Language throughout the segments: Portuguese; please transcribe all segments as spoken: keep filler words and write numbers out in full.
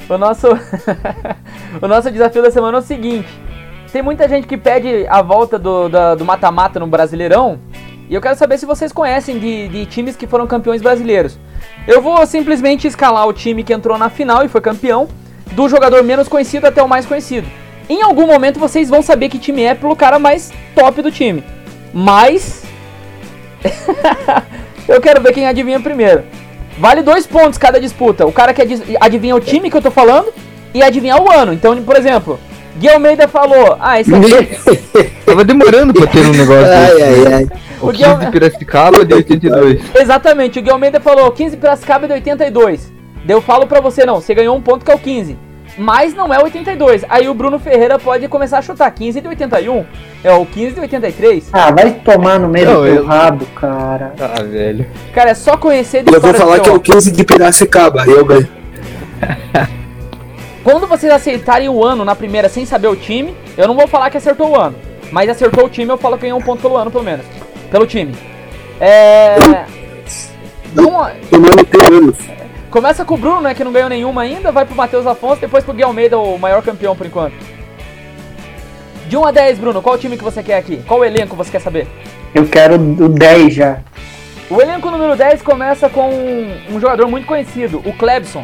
O nosso, o nosso desafio da semana é o seguinte. Tem muita gente que pede a volta do, da, do mata-mata no Brasileirão. E eu quero saber se vocês conhecem de, de times que foram campeões brasileiros. Eu vou simplesmente escalar o time que entrou na final e foi campeão, do jogador menos conhecido até o mais conhecido. Em algum momento vocês vão saber que time é pelo cara mais top do time. Mas... eu quero ver quem adivinha primeiro. Vale dois pontos cada disputa. O cara que adivinha o time que eu tô falando e adivinhar o ano. Então, por exemplo, Gui Almeida falou... Ah, esse aqui... Tava demorando pra ter um negócio ai, ai, ai. O, o quinze Guil... de Piracicaba de oitenta e dois. Exatamente, o Gui Almeida falou quinze de Piracicaba de oitenta e dois. Daí eu falo pra você, não, você ganhou um ponto que é o quinze. Mas não é oitenta e dois. Aí o Bruno Ferreira pode começar a chutar quinze de oitenta e um. É o quinze de oitenta e três. Ah, vai tomar no meio não, do teu eu... rabo, cara. Ah, velho. Cara, é só conhecer de Eu vou falar que é o quinze de Piracicaba, eu ganho. Quando vocês aceitarem o ano na primeira sem saber o time, eu não vou falar que acertou o ano. Mas acertou o time, eu falo que ganhou um ponto pelo ano, pelo menos. Pelo time. É... Não, eu não tenho anos. Começa com o Bruno, né, que não ganhou nenhuma ainda, vai pro Matheus Afonso, depois pro Gui Almeida, o maior campeão por enquanto. De um a dez, Bruno, qual time que você quer aqui? Qual elenco você quer saber? Eu quero o dez já. O elenco número dez começa com um, um jogador muito conhecido, o Clebson.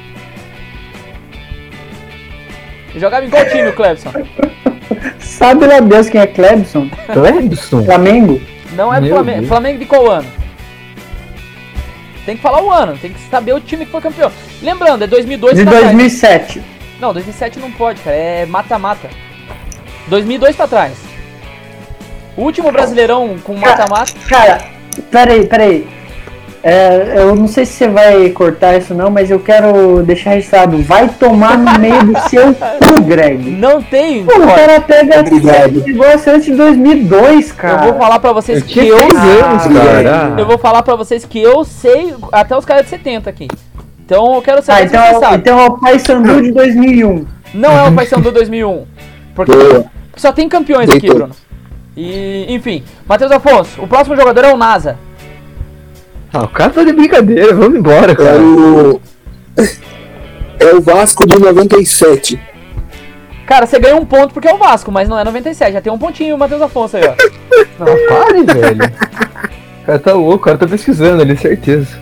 Jogava em qual time o Clebson? Sabe lá Deus quem é Clebson? Clebson? Flamengo? Não é Flamengo. Flamengo de qual ano? Tem que falar o ano, tem que saber o time que foi campeão. Lembrando, é dois mil e dois de pra dois mil e trás. sete. Não, dois mil e sete não pode, cara, é mata-mata. dois mil e dois pra trás. O último Brasileirão com mata-mata. Cara, peraí, peraí. É, eu não sei se você vai cortar isso não, mas eu quero deixar registrado. Vai tomar no meio do seu cu, Greg. Não tem. Pô, o cara pega esse negócio antes de dois mil e dois, cara. Eu vou falar pra vocês eu que eu... anos, cara. Eu vou falar pra vocês que eu sei até os caras de setenta aqui. Então eu quero saber ah, se então, vocês sabem. Então é o Paysandu de dois mil e um. Não é o Paysandu dois mil e um. Porque só tem campeões aqui, Bruno. E, enfim. Matheus Afonso, o próximo jogador é o NASA. Ah, o cara tá de brincadeira, vamos embora, cara. É o, é o Vasco de noventa e sete. Cara, você ganhou um ponto porque é o Vasco, mas não é noventa e sete. Já tem um pontinho o Matheus Afonso aí, ó. Não, pare, velho. O cara tá louco, o cara tá pesquisando ali, certeza.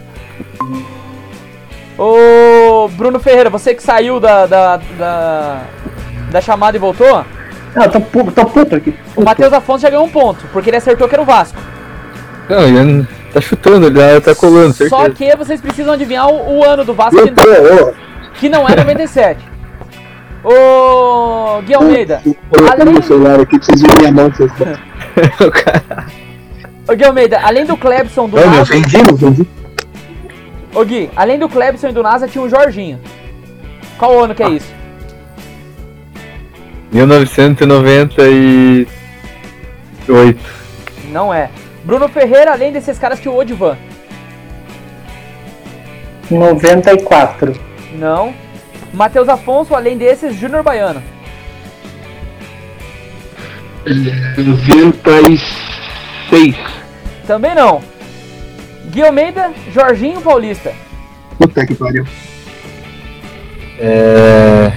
Ô, Bruno Ferreira, você que saiu da, da, da, da chamada e voltou? Não, eu tô, pu- tô puto aqui. Puto. O Matheus Afonso já ganhou um ponto, porque ele acertou que era o Vasco. Não, ele tá chutando, ele já tá colando, certeza. Só que vocês precisam adivinhar o, o ano do Vasco, que, Ô, que não é noventa e sete. Ô, Gui Almeida. Coloca além... no celular aqui, preciso ver minha mão. Ô, Gui Almeida, além do Clebson do Não, NASA... não ofendi, não ofendi. Ô, Gui, além do Clebson e do NASA, tinha o Jorginho. Qual ano que é isso? mil novecentos e noventa e oito. Não é. Bruno Ferreira, além desses caras, tinha o Odivan. noventa e quatro. Não. Matheus Afonso, além desses, Júnior Baiano. noventa e seis. Também não. Gui Almeida, Jorginho Paulista. Puta que pariu. É...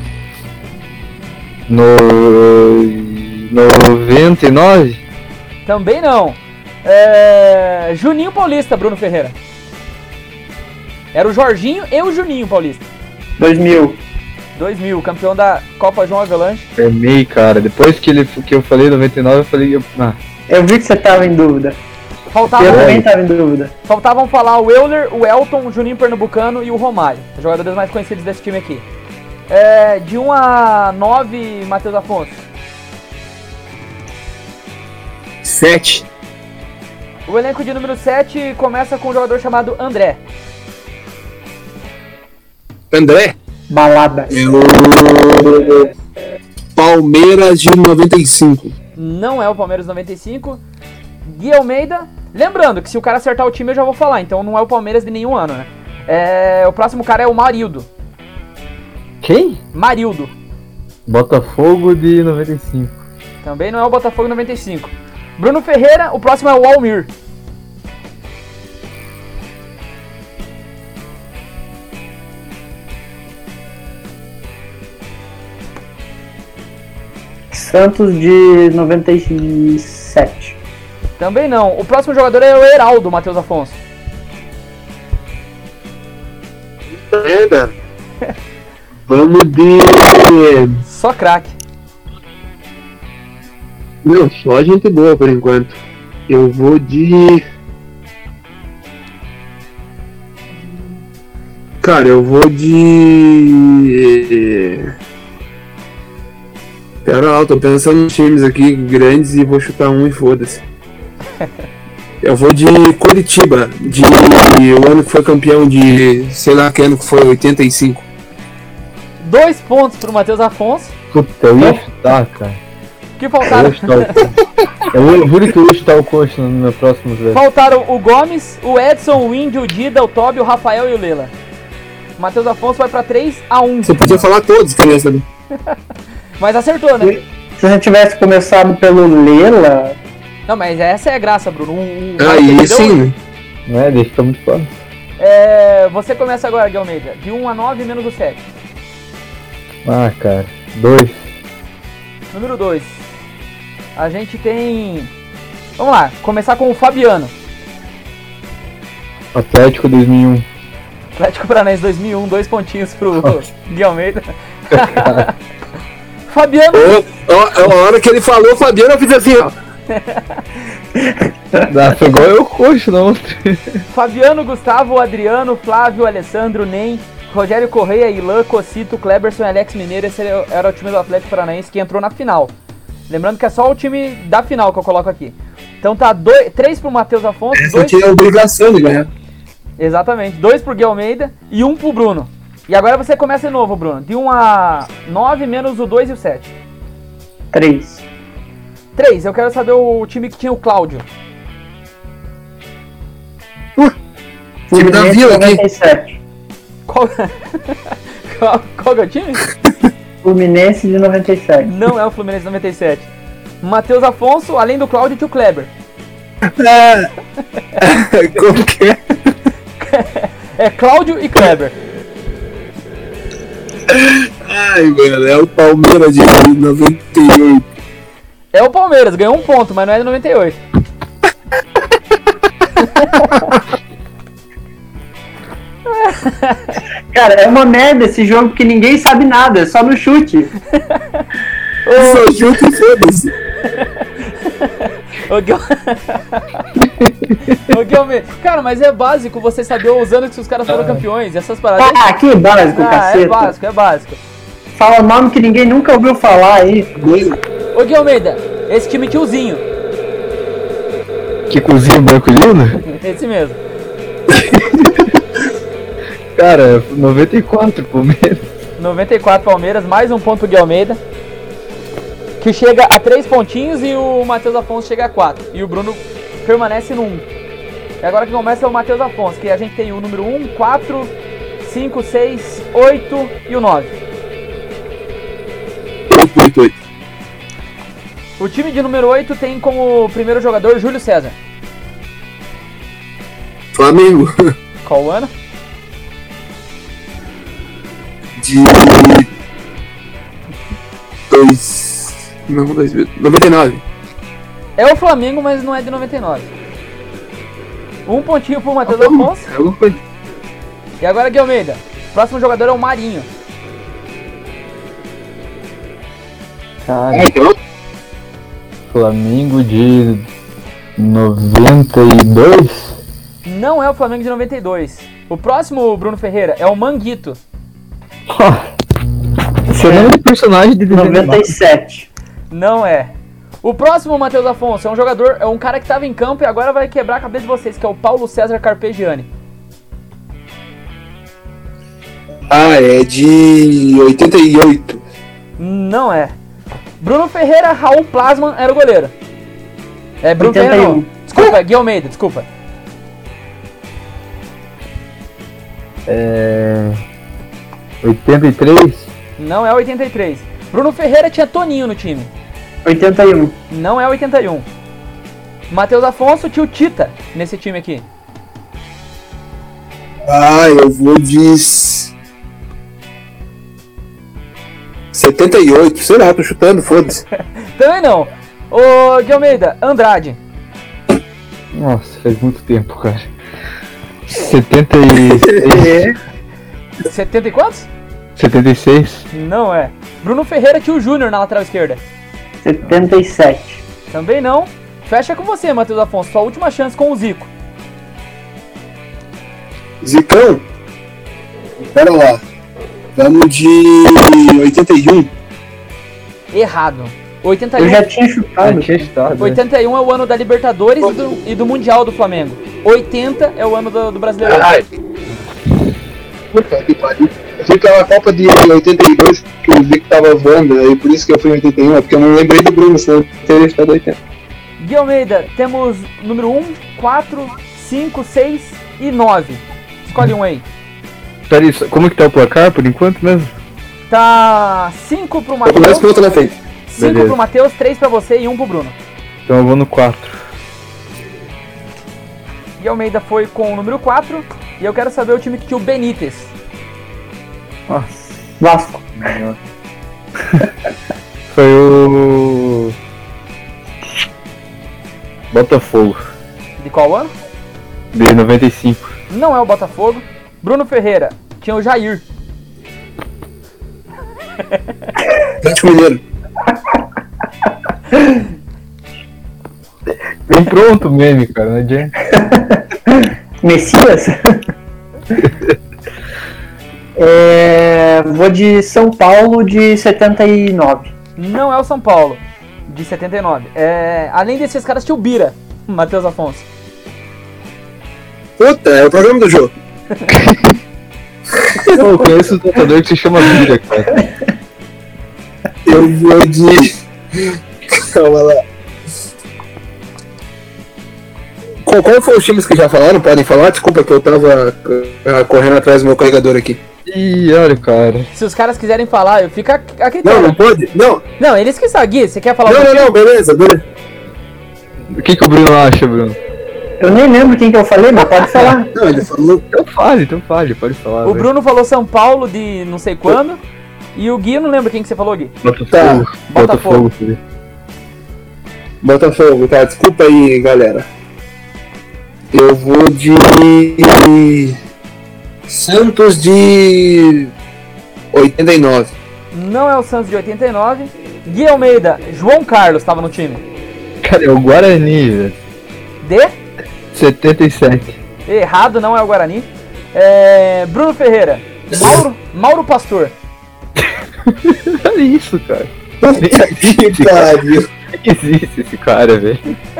No... noventa e nove? Também não. É... Juninho Paulista, Bruno Ferreira. Era o Jorginho e o Juninho Paulista. dois mil. dois mil, campeão da Copa João Avelanche. Fermei, cara. Depois que, ele, que eu falei noventa e nove, eu falei... Ah. Eu vi que você tava em dúvida. Faltavam, Eu também tava em dúvida. faltavam falar o Euler, o Elton, o Juninho Pernambucano e o Romário. Os jogadores mais conhecidos desse time aqui. É, de um a nove, Matheus Afonso. sete. O elenco de número sete começa com um jogador chamado André. André. Balada. É o Palmeiras de noventa e cinco. Não é o Palmeiras noventa e cinco. Gui Almeida. Lembrando que se o cara acertar o time eu já vou falar, então não é o Palmeiras de nenhum ano, né? É, o próximo cara é o Marildo. Quem? Marildo. Botafogo de noventa e cinco. Também não é o Botafogo noventa e cinco. Bruno Ferreira, o próximo é o Almir. Santos de noventa e sete. Também não. O próximo jogador é o Heraldo, Matheus Afonso. Merda. Vamos de... Só craque. Não, só gente boa por enquanto. Eu vou de... Cara, eu vou de... Pera lá, tô pensando nos times aqui grandes e vou chutar um e foda-se. Eu vou de Curitiba, de o ano que foi campeão de, sei lá que ano que foi, oitenta e cinco. Dois pontos pro Matheus Afonso. Puta, eu ia chutar, cara. O que Eu faltaram? ia chutar o Coxa. Eu juro que eu ia chutar o Coxa no meu próximo jogo. Faltaram o Gomes, o Edson, o Índio, o Dida, o Tobi, o Rafael e o Lela. O Matheus Afonso vai pra três a um. Você podia falar todos, criança. Né? Mas acertou, né? Se você tivesse começado pelo Lela, Não, mas essa é a graça, Bruno. Um, um, Aí entendeu? sim, né? Não é? Deixa que tá muito fácil. É, você começa agora, Gui Almeida. De um a nove menos o sete. Ah, cara. Dois. Número dois. A gente tem... Vamos lá, começar com o Fabiano. Atlético dois mil e um. Atlético Paranaense dois mil e um, dois pontinhos pro Nossa. Gui Almeida. Fabiano... Ó, ó, a hora que ele falou, o Fabiano, eu fiz assim, ó. Ah, foi igual eu o Coxa na outra. Fabiano, Gustavo, Adriano, Flávio, Alessandro, Nem, Rogério Correia, Ilan, Cocito, Kleberson e Alex Mineiro. Esse era o time do Atlético Paranaense que entrou na final. Lembrando que é só o time da final que eu coloco aqui. Então tá três pro Matheus Afonso. Essa dois... aqui é a obrigação de ganhar. Exatamente, dois pro Gui Almeida e um pro Bruno. E agora você começa de novo, Bruno. De um a nove menos o dois e o sete. três. três, eu quero saber o time que tinha o Cláudio. Time da Vila aqui. noventa e sete. Qual... qual, qual que é o time? Fluminense de noventa e sete. Não é o Fluminense noventa e sete. Matheus Afonso, além do Cláudio, tinha o Kleber. É. Como que é? É Cláudio e Kleber. Ai, mano, é o Palmeiras de noventa e oito. É o Palmeiras, ganhou um ponto, mas não é de noventa e oito. Cara, é uma merda esse jogo porque ninguém sabe nada, é só no chute. Só junto e foda-se. Ô, Gui... Ô, Gui Almeida. Cara, mas é básico você saber os anos que os caras foram campeões. Essas paradas. Ah, que básico, Ah, caceta. é básico, é básico. Fala nome que ninguém nunca ouviu falar aí. Ô, Gui Almeida, esse time tiozinho. Que cozinha branco Lina? Esse mesmo. Cara, noventa e quatro, Palmeiras. noventa e quatro Palmeiras, mais um ponto pro Gui Almeida. Que chega a três pontinhos e o Matheus Afonso chega a quatro. E o Bruno permanece no um. E agora que começa é o Matheus Afonso, que a gente tem o número um, quatro, cinco, seis, oito e o nove. oito, oito. O time de número oito tem como primeiro jogador Júlio César. Flamengo. Qual o ano? De... Dois... Não, dois mil... noventa e nove. É o Flamengo, mas não é de noventa e nove. Um pontinho pro Matheus Afonso. É alguma coisa. E agora, Gui Almeida. Próximo jogador é o Marinho. Cara, É, então... Flamengo de noventa e dois? Não é o Flamengo de noventa e dois. O próximo, Bruno Ferreira, é o Manguito. Esse é o nome do personagem de desenho noventa e animado. sete. Não é. O próximo, Matheus Afonso, é um jogador, é um cara que estava em campo e agora vai quebrar a cabeça de vocês, que é o Paulo César Carpegiani. Ah, é de oitenta e oito. Não é. Bruno Ferreira, Raul Plasman era o goleiro. É, Bruno oitenta e um. Ferreira não. Desculpa, Gui Almeida, desculpa. É... oitenta e três? Não é oitenta e três. Bruno Ferreira tinha Toninho no time. oitenta e um. Não é oitenta e um. Matheus Afonso tinha o Tita nesse time aqui. Ah, eu vou de... setenta e oito, sei lá, tô chutando, foda-se. Também não. Ô, Gui Almeida, Andrade. Nossa, faz muito tempo, cara. setenta e seis. setenta e quantos? setenta e seis. Não é. Bruno Ferreira, tio Júnior na lateral esquerda. setenta e sete. Também não. Fecha com você, Matheus Afonso. Sua última chance com o Zico. Zicão? Pera lá. Vamos de oitenta e um. Errado. oitenta e um. Eu já tinha chutado. Ah, tinha estado, né? oitenta e um é o ano da Libertadores e do, e do Mundial do Flamengo. oitenta é o ano do, do Brasileirão. Caralho. Puta que pariu. Eu fui pela Copa de oitenta e dois que o Zico tava voando, aí por isso que eu fui em oitenta e um, é porque eu não lembrei do Bruno, senão eu teria estado oitenta. Gui Almeida, temos número um, quatro, cinco, seis e nove. Escolhe um aí. Peraí, como que tá o placar por enquanto mesmo? Tá cinco pro Eu começo Matheus, com outra na frente. cinco Beleza. pro Matheus, três pra você e um pro Bruno. Então eu vou no quatro. Gui Almeida foi com o número quatro e eu quero saber o time que tinha o Benítez. Nossa. Vasco. Foi o... Botafogo. De qual ano? De noventa e cinco. Não é o Botafogo. Bruno Ferreira, tinha o Jair. Atlético Mineiro. Bem pronto o meme, cara, não adianta. Messias? É, vou de São Paulo de setenta e nove. Não é o São Paulo, de setenta e nove. É, além desses caras, tinha o Bira, Matheus Afonso. Puta, é o programa do jogo. Eu conheço um lutador que se chama Bira, cara. Eu vou de... Calma lá. Qual, qual foi os times que já falaram? Podem falar? Desculpa que eu tava uh, correndo atrás do meu carregador aqui. Ih, olha, cara. Se os caras quiserem falar, eu fico a, a critério. Não, não pode? Não, Não, eles que sabem. Gui, você quer falar não, algum não, time? não, beleza, beleza. O que, que o Bruno acha, Bruno? Eu nem lembro quem que eu falei, mas pode falar. Não, ele falou... Então fale, então fale, pode falar. O velho. Bruno falou São Paulo de não sei quando. E o Gui, eu não lembro quem que você falou, Gui. Botafogo. Tá. Botafogo, filho. Botafogo, tá, desculpa aí, galera. Eu vou de... Santos de... oitenta e nove. Não é o Santos de oitenta e nove. Gui Almeida, João Carlos estava no time. Cara, é o Guarani, velho. De? setenta e sete. Errado, não é o Guarani. É, Bruno Ferreira, Mauro, Mauro Pastor. Olha isso, cara. Que pariu. Nem existe esse cara, velho.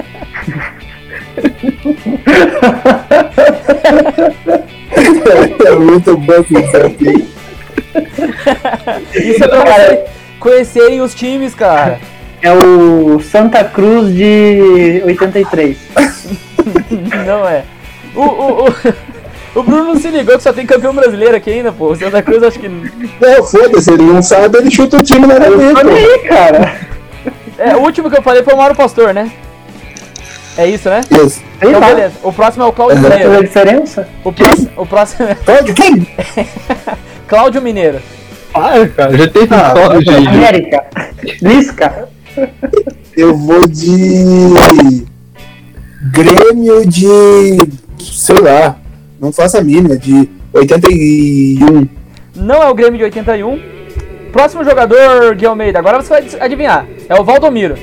É muito bom esse desafio. Isso é pra vocês conhecerem os times, cara. É o Santa Cruz de oitenta e três. Não é. O, o, o, o Bruno não se ligou que só tem campeão brasileiro aqui ainda, pô. O Santa Cruz acho que... Não, foda-se, ele não sabe, ele chuta o time na Olha cabeça. aí, cara. É, o último que eu falei foi o Mauro Pastor, né? É isso, né? Isso. Sei Então lá. beleza. O próximo é o Cláudio Uhum. Pela Mineiro. diferença? O próximo, o próximo é Pode, quem? Cláudio Mineiro. Para, cara, já teve Ah, um Cláudio aí. América. Lisca. Eu vou de... Grêmio de... Sei lá, não faço a mínima, de oitenta e um. Não é o Grêmio de oitenta e um. Próximo jogador, Gui Almeida. Agora você vai adivinhar. É o Valdomiro.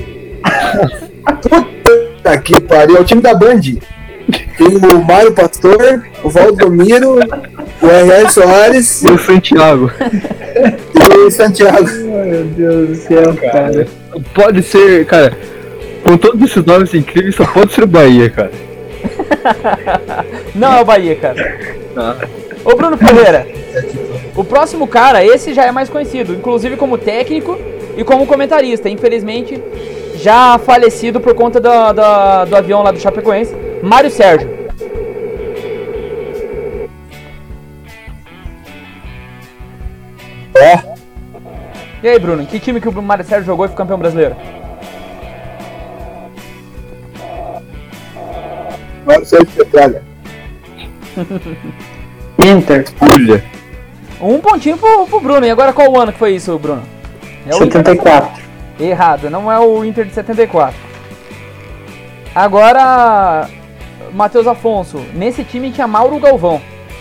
Puta que pariu, é o time da Band. Tem o Mário Pastor, o Valdomiro, o R R Soares E o Santiago. e o Santiago. Meu Deus do céu, cara. Pode ser, cara, com todos esses nomes incríveis, só pode ser o Bahia, cara. Não é o Bahia, cara. Ah. Ô Bruno Ferreira. O próximo cara, esse já é mais conhecido, inclusive como técnico e como comentarista. Infelizmente, já falecido por conta do, do, do avião lá do Chapecoense, Mário Sérgio. É, E aí, Bruno, em que time que o Mário Sérgio jogou e foi campeão brasileiro? Mário Sérgio Petralha. Inter. Olha. Um pontinho pro, pro Bruno. E agora qual o ano que foi isso, Bruno? É o setenta e quatro. Errado, não é o Inter de setenta e quatro. Agora, Matheus Afonso, nesse time tinha Mauro Galvão.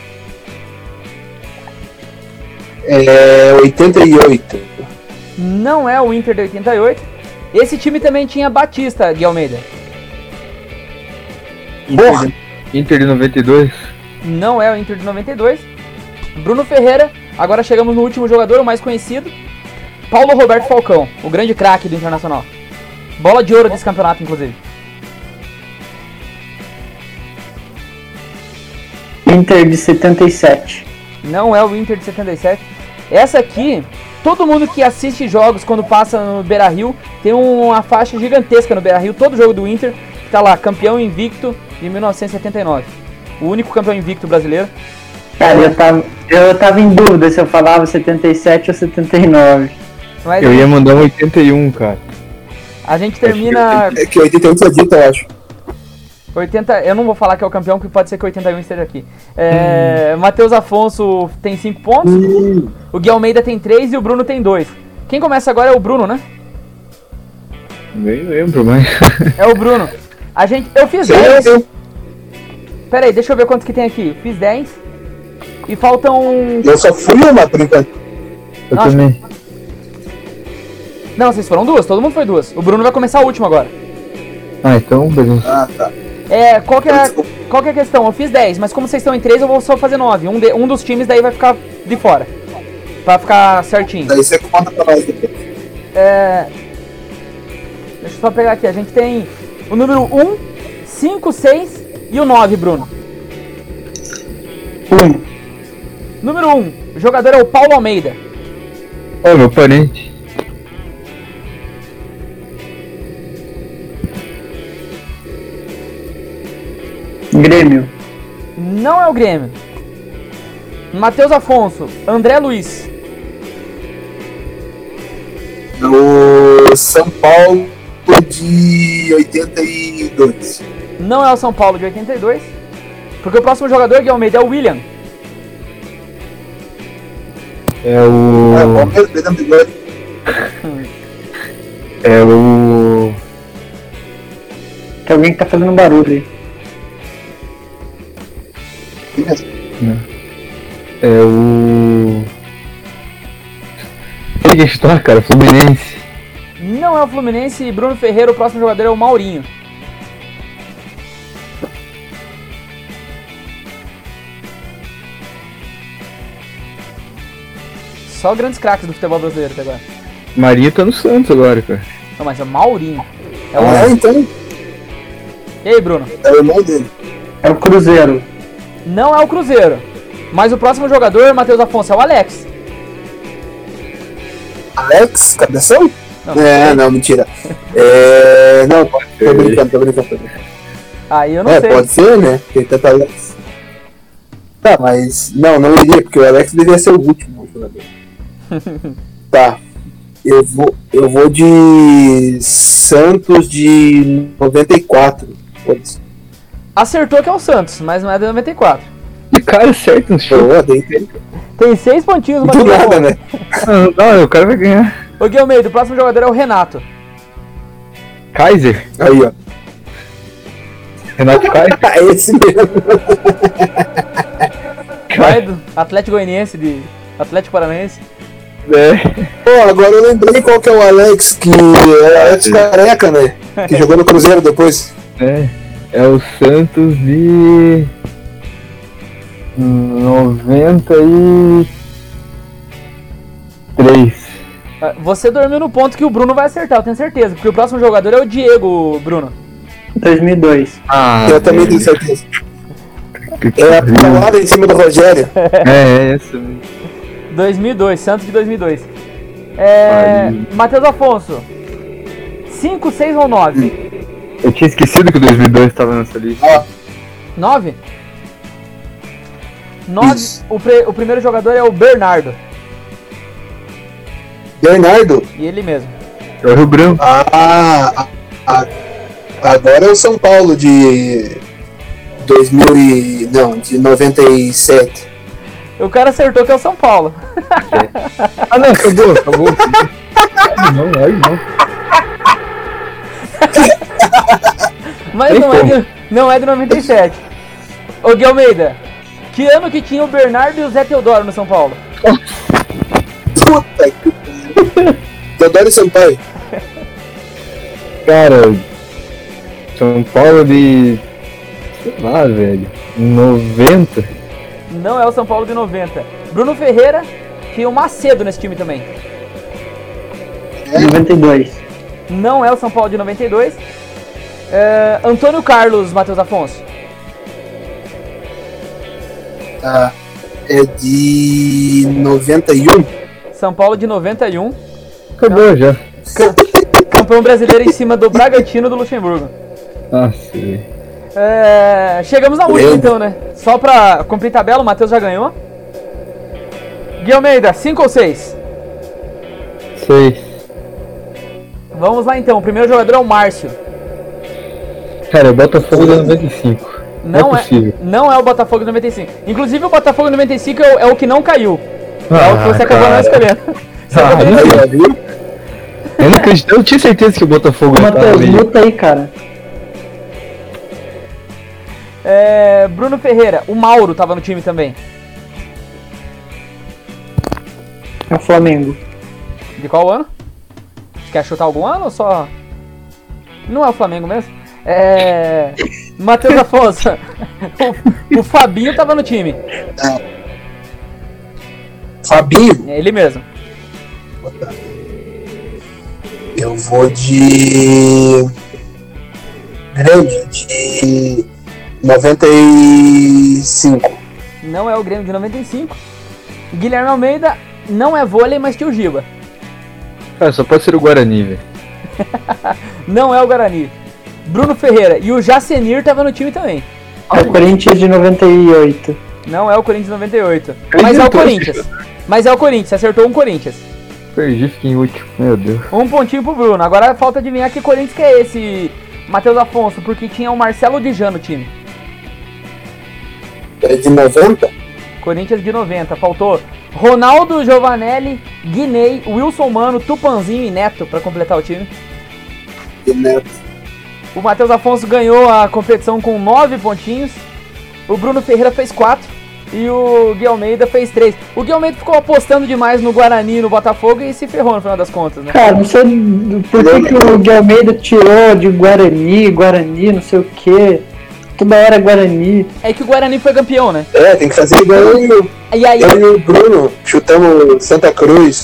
É oitenta e oito. Não é o Inter de oitenta e oito. Esse time também tinha Batista de Almeida. Inter, Inter de noventa e dois. Não é o Inter de noventa e dois. Bruno Ferreira. Agora chegamos no último jogador, o mais conhecido. Paulo Roberto Falcão, o grande craque do Internacional. Bola de ouro desse campeonato, inclusive. Inter de setenta e sete. Não é o Inter de setenta e sete. Essa aqui, todo mundo que assiste jogos quando passa no Beira-Rio tem uma faixa gigantesca no Beira-Rio. Todo jogo do Inter tá lá, campeão invicto de mil novecentos e setenta e nove. O único campeão invicto brasileiro. Cara, eu tava, eu tava em dúvida se eu falava setenta e sete ou setenta e nove. Mas Eu ia mandar um oitenta e um, cara. a gente termina É que oitenta e oito foi dito, eu acho. oitenta. Eu não vou falar que é o campeão, porque pode ser que oitenta e um esteja aqui. É, Matheus Afonso tem cinco pontos, Hum. o Gui Almeida tem três e o Bruno tem dois. Quem começa agora é o Bruno, né? Nem lembro, mas. É o Bruno. A gente, eu fiz Sei dez. eu. Pera aí, deixa eu ver quantos que tem aqui. Eu fiz dez. E faltam... Eu só fui uma por enquanto. Eu Nossa. também. Não, vocês foram duas, todo mundo foi duas. O Bruno vai começar a última agora. Ah, então, beleza. Ah, tá. É, qual que é, a- Desculpa. qual que é a questão? Eu fiz dez, mas como vocês estão em três, eu vou só fazer nove. Um, de- um dos times daí vai ficar de fora. Pra ficar certinho. Daí você conta pra nós depois. É... Deixa eu só pegar aqui. A gente tem o número um, cinco, seis e o nove, Bruno. Um. Número um, o jogador é o Paulo Almeida. Ó, meu parente. Grêmio. Não é o Grêmio. Matheus Afonso, André Luiz. No São Paulo de oitenta e dois. Não é o São Paulo de oitenta e dois. Porque o próximo jogador, Gui Almeida, é o William. É o. Ah, Palmeiras, Pedro Bigode. É o. Tem alguém que tá fazendo barulho aí. É o. Quem que está, cara? Fluminense. Não é o Fluminense e Bruno Ferreira, o próximo jogador é o Maurinho. Só grandes craques do futebol brasileiro até agora. Maria tá no Santos agora, cara. Não, mas é o Maurinho. É o... Ah, então E aí, Bruno? é o irmão dele. É o Cruzeiro. Não é o Cruzeiro. Mas o próximo jogador, Matheus Afonso, é o Alex. Alex, cabeção? Não, É, sei. não, mentira. É. Não, tô ser. brincando, tô brincando, tô brincando. Aí eu não É, sei. pode ser, né? Tem tanto Alex. Tá, mas. Não, não iria, porque o Alex devia ser o último jogador. Tá. Eu vou, eu vou de Santos de noventa e quatro. Pode ser. Acertou que é o Santos, mas não é de noventa e quatro. Que cara certo no show. Boa, dei tempo. Tem seis pontinhos, Do Matheus nada, Afonso. né? Não, não, o cara vai ganhar. Ô, Gui Almeida, o próximo jogador é o Renato. Kaiser? Aí, ó. Renato Kaiser? É esse mesmo. Vai do Atlético Goianiense, de Atlético Paranaense. É. Pô, agora eu lembrei qual que é o Alex, que é o Alex Careca, né? Que jogou no Cruzeiro depois. É. É o Santos de. noventa e três. Ah, Você dormiu no ponto que o Bruno vai acertar, eu tenho certeza. Porque o próximo jogador é o Diego, Bruno. dois mil e dois. Ah, Eu também tenho velho. certeza. Que É a pariu. paulada em cima do Rogério. É, é essa mesmo. dois mil e dois, Santos de dois mil e dois. É. Pariu. Matheus Afonso. cinco, seis ou nove? Eu tinha esquecido que o dois mil e dois estava nessa lista. Ó, nove? nove. Isso. O, pre- o primeiro jogador é o Bernardo. Bernardo. E ele mesmo. É o Rio Branco. Ah, a- agora é o São Paulo de dois mil e... não, de noventa e sete. O cara acertou que é o São Paulo. Ah, não, acabou, acabou. Não, aí não. Mas não é, de, não é de noventa e sete. Ô Gui Almeida, que ano que tinha o Bernardo e o Zé Teodoro no São Paulo? Puta que pariu. Teodoro e Sampaio. Cara, São Paulo de... sei lá, velho, noventa? Não é o São Paulo de noventa. Bruno Ferreira tinha o Macedo nesse time também. noventa e dois. Não é o São Paulo de noventa e dois. É, Antônio Carlos, Matheus Afonso. Tá. É de noventa e um. São Paulo de noventa e um. Acabou já. Cam- Campeão brasileiro em cima do Bragantino do Luxemburgo. Ah, sim. É, chegamos na última então, né? Só pra cumprir tabela, o Matheus já ganhou. Gui Almeida, cinco ou seis? Seis. Vamos lá então, o primeiro jogador é o Márcio. Cara, o Botafogo de noventa e cinco. Não, Não é é, possível. não é o Botafogo de noventa e cinco. Inclusive o Botafogo de noventa e cinco é o, é o que não caiu. é o que Ah, você acabou não cara. escolhendo. Você Ah, acabou não de- Aí, ó, viu? Eu não acredito, eu tinha certeza que o Botafogo ia estar Matheus, meio... luta aí, cara. É, Bruno Ferreira, o Mauro tava no time também. É o Flamengo. De qual ano? Quer chutar algum ano ou só... Não é o Flamengo mesmo? É... Matheus Afonso. o, o Fabinho tava no time. Fabinho, É ele mesmo. eu vou de. Grêmio, de noventa e cinco. Não é o Grêmio de noventa e cinco. Guilherme Almeida não é vôlei, mas tinha o Giba. Cara, só pode ser o Guarani, velho. Não é o Guarani. Bruno Ferreira e o Jacenir tava no time também. É o Corinthians de noventa e oito. Não é o Corinthians de noventa e oito. Mas é o Corinthians. Mas é o Corinthians, acertou um Corinthians. Perdi, fiquei em último. Meu Deus. Um pontinho pro Bruno. Agora falta adivinhar que Corinthians que é esse, Matheus Afonso, porque tinha o Marcelo Dijan no time. É de noventa? Corinthians de noventa. Faltou Ronaldo, Giovanelli, Guinei, Wilson Mano, Tupanzinho e Neto pra completar o time. E Neto. O Matheus Afonso ganhou a competição com nove pontinhos. O Bruno Ferreira fez quatro. E o Gui Almeida fez três. O Gui Almeida ficou apostando demais no Guarani e no Botafogo e se ferrou no final das contas, né? Cara, não sei por que, que o Gui Almeida tirou de Guarani, Guarani, não sei o que. Toda hora Guarani. É que o Guarani foi campeão, né? É, tem que fazer igual eu, E aí, eu e o Bruno chutamos Santa Cruz.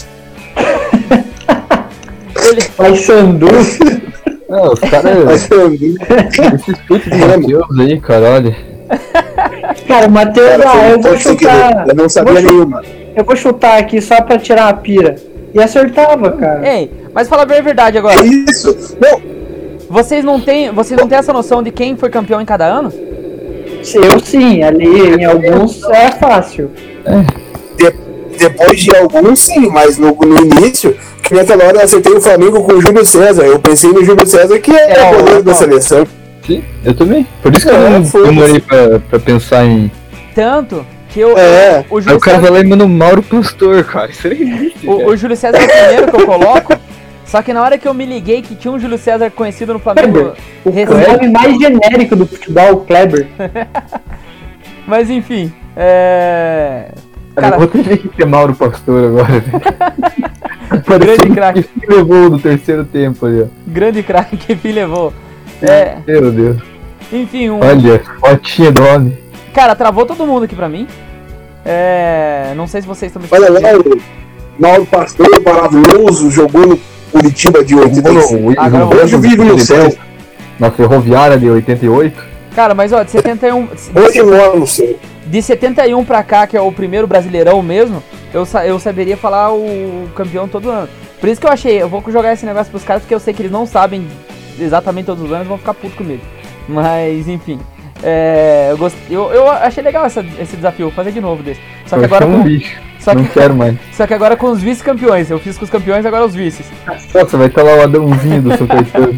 ele... Paysandu. Não, os caras... Cara, Esses putos de Matheus aí, caralho. Cara, o Matheus, ah, eu vou chutar. eu não sabia vou chu- nenhuma. Eu vou chutar aqui só pra tirar a pira. E acertava, cara. Ei, mas fala bem a verdade agora. É isso. Não, Vocês não têm, vocês não têm essa noção de quem foi campeão em cada ano? Eu sim, ali em alguns é fácil. de- depois de alguns sim, mas no, no início, que naquela hora eu acertei o Flamengo com o Júlio César. Eu pensei no Júlio César, que é, É, o goleiro ó, da ó. seleção. Sim, eu também. Por isso que eu É, não foda-se. demorei pra, pra pensar em... Tanto que eu, É. o, Aí Júlio o cara César, vai lá e manda o Mauro Pastor, cara. Isso aí existe, o, cara. o Júlio César é o primeiro que eu coloco. Só que na hora que eu me liguei que tinha um Júlio César conhecido no Flamengo Kleber. O recente. nome mais genérico do futebol, o Kleber. Mas enfim, é... Cara, Cara, eu vou ter que ter Mauro Pastor agora, velho. grande craque, Que levou do terceiro tempo ali, ó. grande craque que enfim levou. É, Meu Deus. enfim, um... Olha, fotinha do homem. Cara, travou todo mundo aqui pra mim. É... Não sei se vocês estão me Olha lá, escutando. o Mauro Pastor, maravilhoso, jogou no Curitiba de oitenta e cinco. Agora eu Hoje vive no céu. Na Ferroviária de oitenta e oito. Cara, mas ó, de setenta e um... Hoje mora no céu. De setenta e um pra cá, que é o primeiro Brasileirão mesmo, eu, sa- eu saberia falar o campeão todo ano. Por isso que eu achei, eu vou jogar esse negócio pros caras, porque eu sei que eles não sabem exatamente todos os anos e vão ficar putos comigo. Mas, enfim. É, eu, gost... eu, eu achei legal essa, esse desafio, vou fazer de novo desse. Só que Eu agora chamo um com, bicho. só Não que, quero mais. só que agora com os vice-campeões. Eu fiz com os campeões, agora os vices. Nossa, vai estar lá o Adãozinho do São Caetano.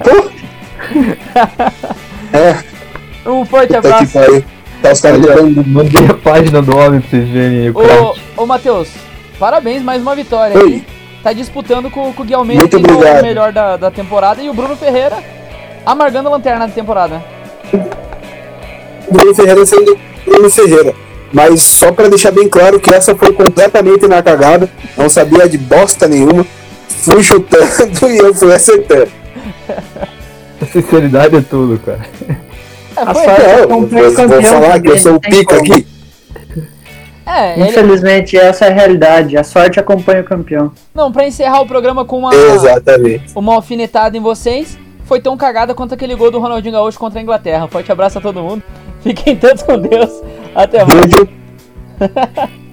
É, Um forte puta que abraço. pariu. Tá os caras dando. Mandei a página do homem pra vocês verem aí o craque. Ô, ô Matheus, parabéns, mais uma vitória Oi. aí. tá disputando com, com o Gui Almeida, Muito que foi obrigado. o melhor da, da temporada, e o Bruno Ferreira amargando a lanterna da temporada. Bruno Ferreira sendo Bruno Ferreira. Mas só pra deixar bem claro que essa foi completamente na cagada, não sabia de bosta nenhuma, fui chutando e eu fui acertando. A sinceridade é tudo, cara. É, A foi- sorte É, eu vou, acompanha o vou campeão. falar que eu também, sou não o tem pica como. aqui. é, ele, Infelizmente, essa é a realidade. A sorte acompanha o campeão. não, pra encerrar o programa com uma, Exatamente. uma alfinetada em vocês, foi tão cagada quanto aquele gol do Ronaldinho Gaúcho contra a Inglaterra. Forte abraço a todo mundo, fiquem todos com Deus, até mais. Beijo.